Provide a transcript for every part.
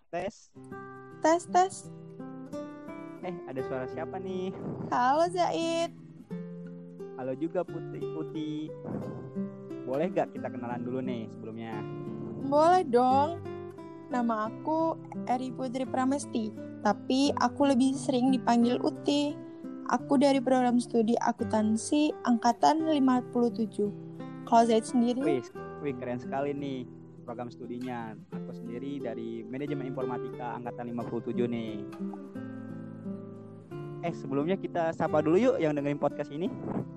Tes. Tes. Ada suara siapa nih? Halo Zaid. Halo juga Putih. Boleh gak kita kenalan dulu nih sebelumnya? Boleh dong. Nama aku Eri Putri Pramesti, tapi aku lebih sering dipanggil Uti. Aku dari program studi akuntansi angkatan 57. Kalau Zaid sendiri? Wih, keren sekali nih program studinya. Aku sendiri dari manajemen informatika angkatan 57 nih. Sebelumnya kita sapa dulu yuk yang dengerin podcast ini.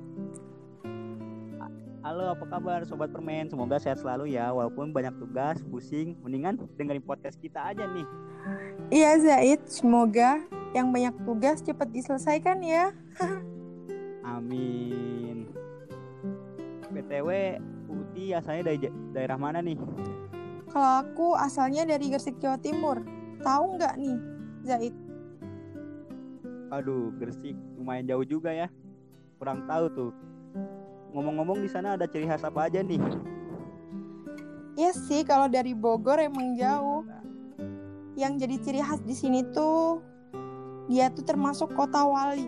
Halo, apa kabar Sobat Permen? Semoga sehat selalu ya. Walaupun banyak tugas, pusing, mendingan dengerin podcast kita aja nih. Iya Zaid, semoga yang banyak tugas cepat diselesaikan ya. Amin. BTW, Uti asalnya dari daerah mana nih? Kalau aku asalnya dari Gresik, Jawa Timur. Tahu nggak nih, Zaid? Aduh, Gresik lumayan jauh juga ya. Kurang tahu tuh. Ngomong-ngomong di sana ada ciri khas apa aja nih? Iya sih, kalau dari Bogor emang jauh. Yang jadi ciri khas di sini tuh dia tuh termasuk kota wali.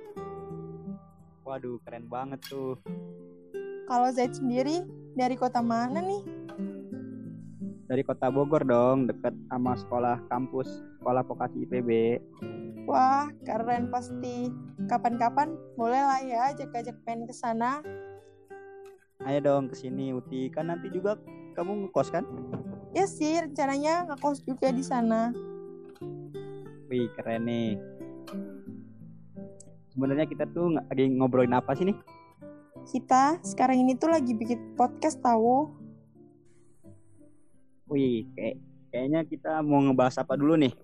Waduh, keren banget tuh. Kalau Zaid sendiri dari kota mana nih? Dari kota Bogor dong, dekat sama sekolah vokasi IPB. Wah, keren pasti. Kapan-kapan boleh lah ya ajak-ajak pengen ke sana. Ayo dong ke sini Uti, kan nanti juga kamu ngekos kan? Ya sih, rencananya ngekos juga di sana. Wih, keren nih. Sebenarnya kita tuh lagi ngobrolin apa sih nih? Kita sekarang ini tuh lagi bikin podcast tahu. Wih, kayaknya kita mau ngebahas apa dulu nih?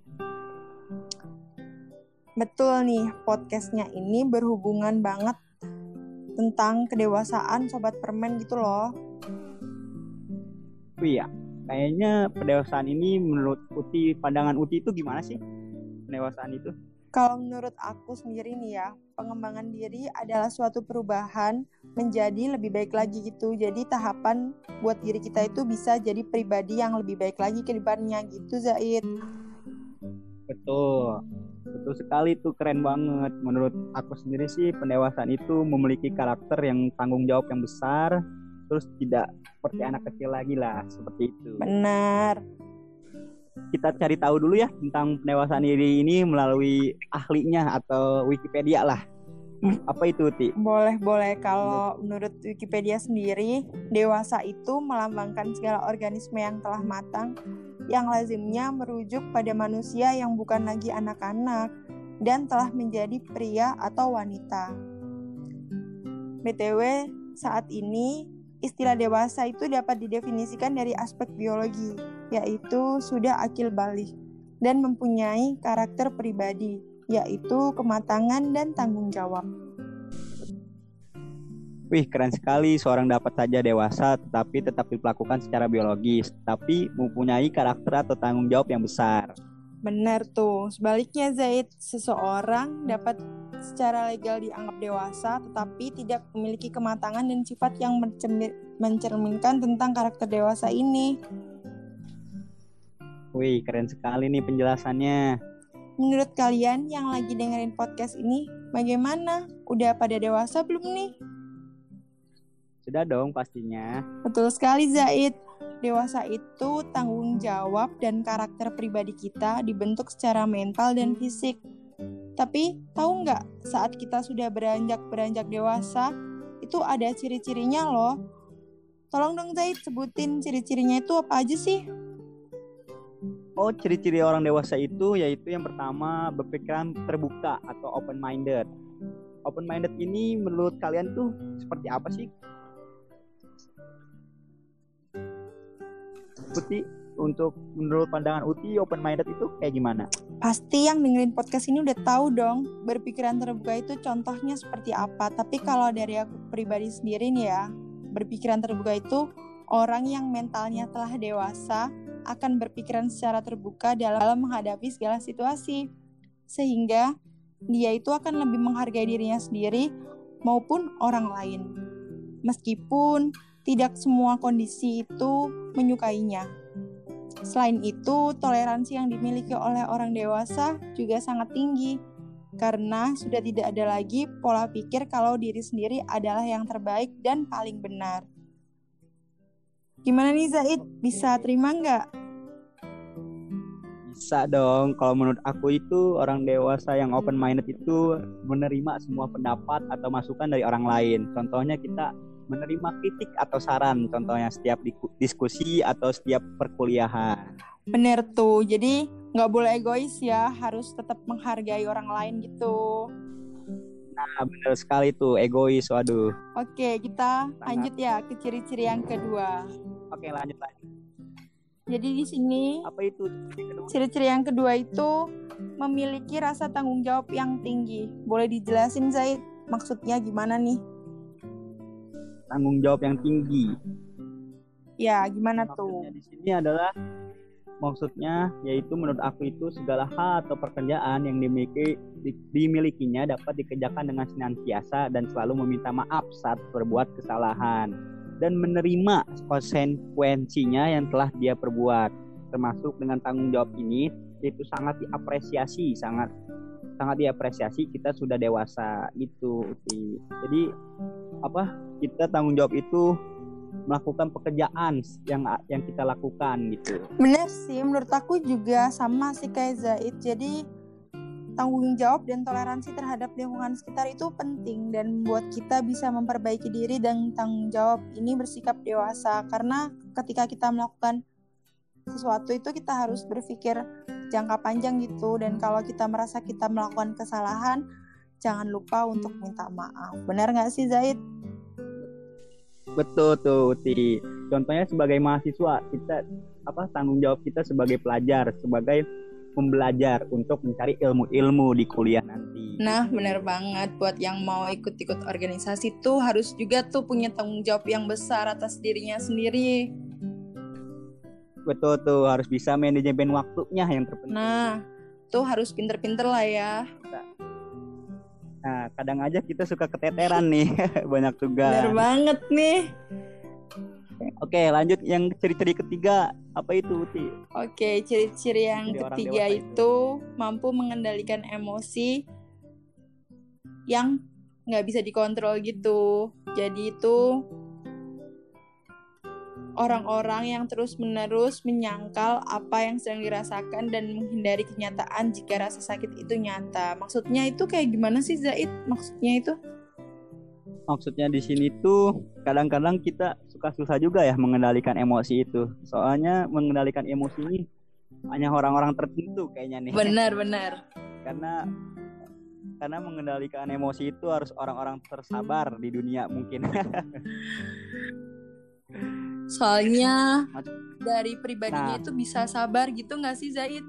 Betul nih, podcastnya ini berhubungan banget tentang kedewasaan Sobat Permen gitu loh. Wih ya, kayaknya pendewasaan ini menurut Uti, pandangan Uti itu gimana sih? Pendewasaan itu? Kalau menurut aku sendiri nih ya, pengembangan diri adalah suatu perubahan menjadi lebih baik lagi gitu. Jadi tahapan buat diri kita itu bisa jadi pribadi yang lebih baik lagi ke depannya gitu, Zaid. Betul sekali tuh, keren banget. Menurut aku sendiri sih pendewasaan itu memiliki karakter yang tanggung jawab yang besar, terus tidak seperti anak kecil lagi lah, seperti itu. Benar. Kita cari tahu dulu ya tentang pendewasaan diri ini melalui ahlinya atau Wikipedia lah. Apa itu, Ti? Boleh. Kalau menurut Wikipedia sendiri, dewasa itu melambangkan segala organisme yang telah matang, yang lazimnya merujuk pada manusia yang bukan lagi anak-anak dan telah menjadi pria atau wanita. BTW, saat ini istilah dewasa itu dapat didefinisikan dari aspek biologi, yaitu sudah akil balik dan mempunyai karakter pribadi, yaitu kematangan dan tanggung jawab. Wih, keren sekali. Seorang dapat saja dewasa tetapi tetap diperlakukan secara biologis, tapi mempunyai karakter atau tanggung jawab yang besar. Benar tuh. Sebaliknya Zaid, seseorang dapat secara legal dianggap dewasa tetapi tidak memiliki kematangan dan sifat yang mencerminkan tentang karakter dewasa ini. Wih, keren sekali nih penjelasannya. Menurut kalian yang lagi dengerin podcast ini, bagaimana? Udah pada dewasa belum nih? Sudah dong pastinya. Betul sekali Zaid. Dewasa itu tanggung jawab dan karakter pribadi kita dibentuk secara mental dan fisik. Tapi tahu nggak, saat kita sudah beranjak dewasa, itu ada ciri-cirinya loh. Tolong dong Zaid, sebutin ciri-cirinya itu apa aja sih? Oh, ciri-ciri orang dewasa itu yaitu yang pertama berpikiran terbuka atau open-minded. Open-minded ini menurut kalian tuh seperti apa sih? Uti, untuk menurut pandangan Uti, open-minded itu kayak gimana? Pasti yang dengerin podcast ini udah tahu dong, berpikiran terbuka itu contohnya seperti apa. Tapi kalau dari aku pribadi sendiri nih ya, berpikiran terbuka itu orang yang mentalnya telah dewasa akan berpikiran secara terbuka dalam menghadapi segala situasi. Sehingga dia itu akan lebih menghargai dirinya sendiri maupun orang lain. Meskipun tidak semua kondisi itu menyukainya. Selain itu, toleransi yang dimiliki oleh orang dewasa juga sangat tinggi karena sudah tidak ada lagi pola pikir kalau diri sendiri adalah yang terbaik dan paling benar. Gimana nih Zaid? Bisa terima nggak? Bisa dong. Kalau menurut aku itu orang dewasa yang open minded itu menerima semua pendapat atau masukan dari orang lain. Contohnya kita menerima kritik atau saran, contohnya setiap diskusi atau setiap perkuliahan. Bener tuh, jadi nggak boleh egois ya, harus tetap menghargai orang lain gitu. Nah, benar sekali tuh, egois, waduh. Oke, kita lanjut ya ke ciri-ciri yang kedua. Oke, lanjut. Jadi di sini Apa itu? ciri-ciri yang kedua itu memiliki rasa tanggung jawab yang tinggi. Boleh dijelasin Zaid, maksudnya gimana nih? Tanggung jawab yang tinggi. Ya, gimana tuh? Maksudnya di sini adalah yaitu menurut aku itu segala hal atau pekerjaan yang dimilikinya dapat dikerjakan dengan senantiasa dan selalu meminta maaf saat berbuat kesalahan dan menerima konsekuensinya yang telah dia perbuat. Termasuk dengan tanggung jawab ini itu sangat diapresiasi, sangat diapresiasi, kita sudah dewasa gitu. Jadi kita tanggung jawab itu melakukan pekerjaan yang kita lakukan gitu. Bener sih, menurut aku juga sama sih kayak Zaid. Jadi tanggung jawab dan toleransi terhadap lingkungan sekitar itu penting dan membuat kita bisa memperbaiki diri, dan tanggung jawab ini bersikap dewasa karena ketika kita melakukan sesuatu itu kita harus berpikir jangka panjang gitu, dan kalau kita merasa kita melakukan kesalahan jangan lupa untuk minta maaf. Benar nggak sih Zaid? Betul tuh Uti. Contohnya sebagai mahasiswa kita tanggung jawab kita sebagai pelajar, sebagai pembelajar untuk mencari ilmu-ilmu di kuliah nanti. Nah, benar banget. Buat yang mau ikut-ikut organisasi tuh harus juga tuh punya tanggung jawab yang besar atas dirinya sendiri. Betul tuh, harus bisa manajemen waktunya yang terpenting. Nah, tuh harus pinter-pinter lah ya. Nah, kadang aja kita suka keteteran nih, banyak tugas. Benar banget nih. Oke, lanjut yang ciri-ciri ketiga, apa itu Uti? Oke, ciri-ciri yang ketiga itu mampu mengendalikan emosi yang nggak bisa dikontrol gitu. Jadi itu orang-orang yang terus-menerus menyangkal apa yang sedang dirasakan dan menghindari kenyataan jika rasa sakit itu nyata. Maksudnya itu kayak gimana sih Zaid? Maksudnya itu? Maksudnya di sini tuh kadang-kadang kita suka susah juga ya mengendalikan emosi itu. Soalnya mengendalikan emosi ini hanya orang-orang tertentu kayaknya nih. Benar. Karena mengendalikan emosi itu harus orang-orang tersabar di dunia mungkin. Soalnya dari pribadinya itu bisa sabar gitu gak sih Zaid?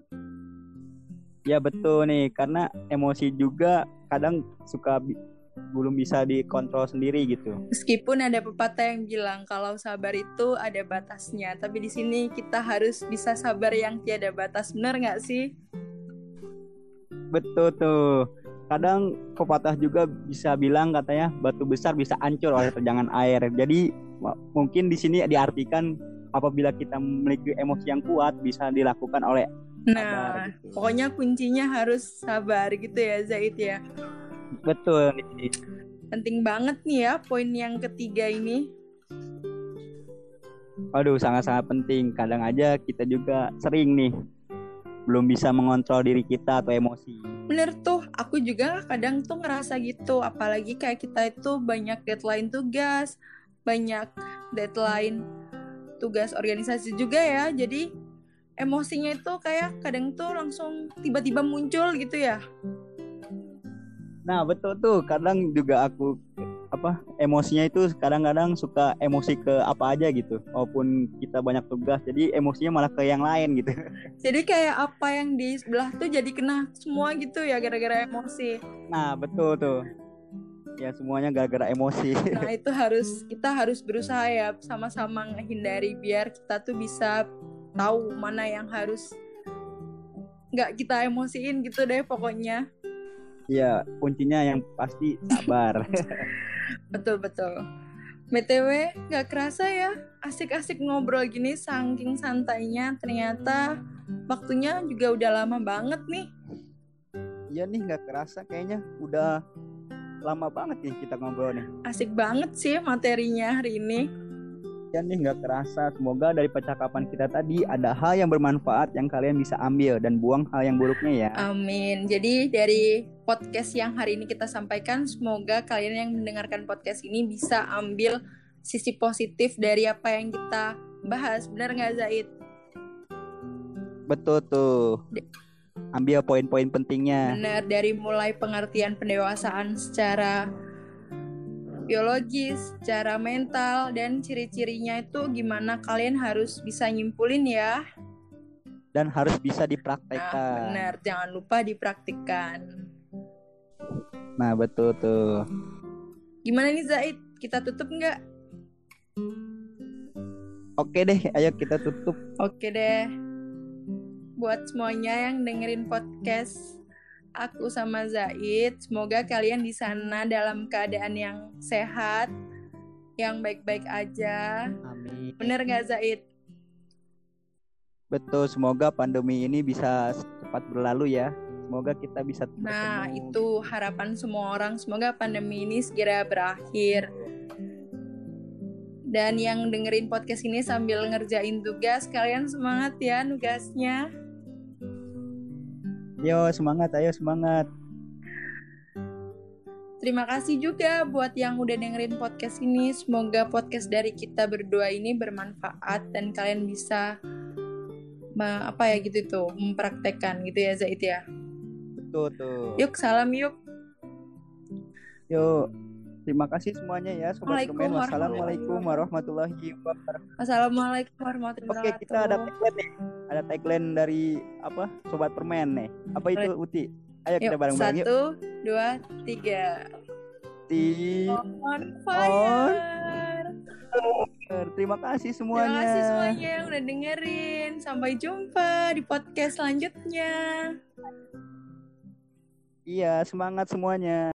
Ya betul nih, karena emosi juga kadang suka belum bisa dikontrol sendiri gitu. Meskipun ada pepatah yang bilang kalau sabar itu ada batasnya, tapi di sini kita harus bisa sabar yang tiada batas. Benar gak sih? Betul tuh. Kadang pepatah juga bisa bilang katanya batu besar bisa hancur oleh terjangan air. Jadi mungkin di sini diartikan apabila kita memiliki emosi yang kuat bisa dilakukan oleh sabar, gitu. Pokoknya kuncinya harus sabar gitu ya Zaid ya. Betul. Penting banget nih ya poin yang ketiga ini. Aduh, sangat-sangat penting. Kadang aja kita juga sering nih belum bisa mengontrol diri kita atau emosi. Bener tuh, aku juga kadang tuh ngerasa gitu. Apalagi kayak kita itu banyak deadline tugas, banyak deadline tugas organisasi juga ya. Jadi emosinya itu kayak kadang tuh langsung tiba-tiba muncul gitu ya. Nah betul tuh, kadang juga aku emosinya itu kadang-kadang suka emosi ke apa aja gitu, walaupun kita banyak tugas jadi emosinya malah ke yang lain gitu. Jadi kayak apa yang di sebelah tuh jadi kena semua gitu ya gara-gara emosi. Nah betul tuh, ya semuanya gara-gara emosi. Nah itu kita harus berusaha ya sama-sama menghindari biar kita tuh bisa tahu mana yang harus nggak kita emosiin gitu deh pokoknya. Iya, kuncinya yang pasti sabar. Betul. BTW, gak kerasa ya, asik-asik ngobrol gini saking santainya. Ternyata waktunya juga udah lama banget nih. Iya nih, nggak kerasa kayaknya udah lama banget nih kita ngobrol nih. Asik banget sih materinya hari ini. Ya nih, nggak kerasa. Semoga dari percakapan kita tadi ada hal yang bermanfaat yang kalian bisa ambil dan buang hal yang buruknya ya. Amin. Jadi dari podcast yang hari ini kita sampaikan, semoga kalian yang mendengarkan podcast ini bisa ambil sisi positif dari apa yang kita bahas. Benar nggak, Zaid? Betul tuh. Ambil poin-poin pentingnya. Benar, dari mulai pengertian pendewasaan secara biologis, secara mental, dan ciri-cirinya itu gimana kalian harus bisa nyimpulin ya. Dan harus bisa Nah, dipraktekkan. benar, jangan lupa dipraktikkan. Nah, betul tuh. Gimana nih Zaid? Kita tutup nggak? Oke deh, ayo kita tutup. Oke deh. Buat semuanya yang dengerin podcast aku sama Zaid, semoga kalian di sana dalam keadaan yang sehat, yang baik-baik aja. Amin. Bener nggak Zaid? Betul, semoga pandemi ini bisa cepat berlalu ya. Semoga kita bisa bertemu. Nah, itu harapan semua orang. Semoga pandemi ini segera berakhir. Dan yang dengerin podcast ini sambil ngerjain tugas, kalian semangat ya nugasnya. Yo, semangat, ayo semangat. Terima kasih juga buat yang udah dengerin podcast ini. Semoga podcast dari kita berdua ini bermanfaat dan kalian bisa mempraktekkan gitu ya Zaid ya. Betul tuh. Yuk, salam yuk. Yuk, terima kasih semuanya ya Sobat Permen. Wassalamualaikum warahmatullahi wabarakatuh. Assalamualaikum warahmatullahi wabarakatuh. Oke, kita ada tagline nih. Ada tagline dari Sobat Permen nih. Apa itu Uti? Ayo kita bareng-bareng yuk. 1, 2, 3. On fire. Terima kasih semuanya. Terima kasih semuanya yang udah dengerin. Sampai jumpa di podcast selanjutnya. Iya, semangat semuanya.